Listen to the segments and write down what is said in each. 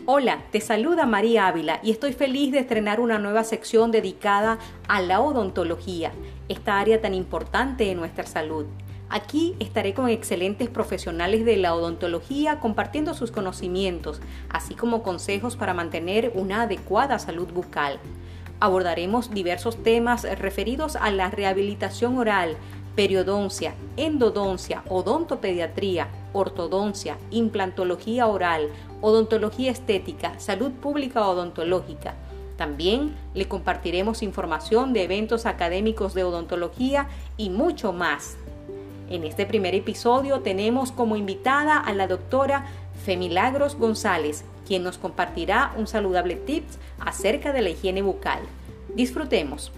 Hola, te saluda María Ávila y estoy feliz de estrenar una nueva sección dedicada a la odontología, esta área tan importante en nuestra salud. Aquí estaré con excelentes profesionales de la odontología compartiendo sus conocimientos, así como consejos para mantener una adecuada salud bucal. Abordaremos diversos temas referidos a la rehabilitación oral, periodoncia, endodoncia, odontopediatría, ortodoncia, implantología oral, odontología estética, salud pública odontológica. También le compartiremos información de eventos académicos de odontología y mucho más. En este primer episodio tenemos como invitada a la doctora Femilagros González, quien nos compartirá un saludable tips acerca de la higiene bucal. Disfrutemos.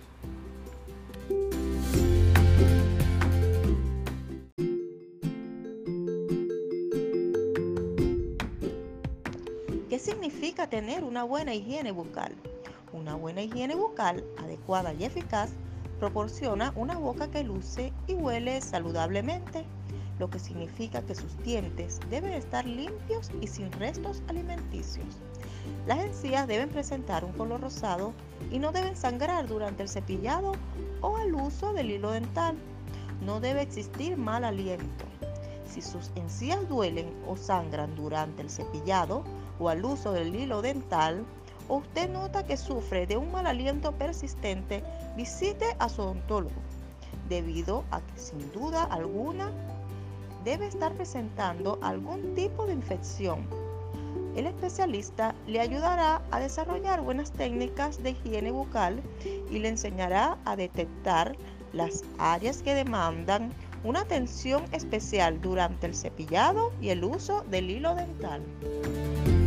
¿Qué significa tener una buena higiene bucal? Una buena higiene bucal adecuada y eficaz proporciona una boca que luce y huele saludablemente, lo que significa que sus dientes deben estar limpios y sin restos alimenticios. Las encías deben presentar un color rosado y no deben sangrar durante el cepillado o al uso del hilo dental. No debe existir mal aliento. Si sus encías duelen o sangran durante el cepillado o al uso del hilo dental, o usted nota que sufre de un mal aliento persistente, visite a su odontólogo, debido a que sin duda alguna debe estar presentando algún tipo de infección. El especialista le ayudará a desarrollar buenas técnicas de higiene bucal y le enseñará a detectar las áreas que demandan una atención especial durante el cepillado y el uso del hilo dental.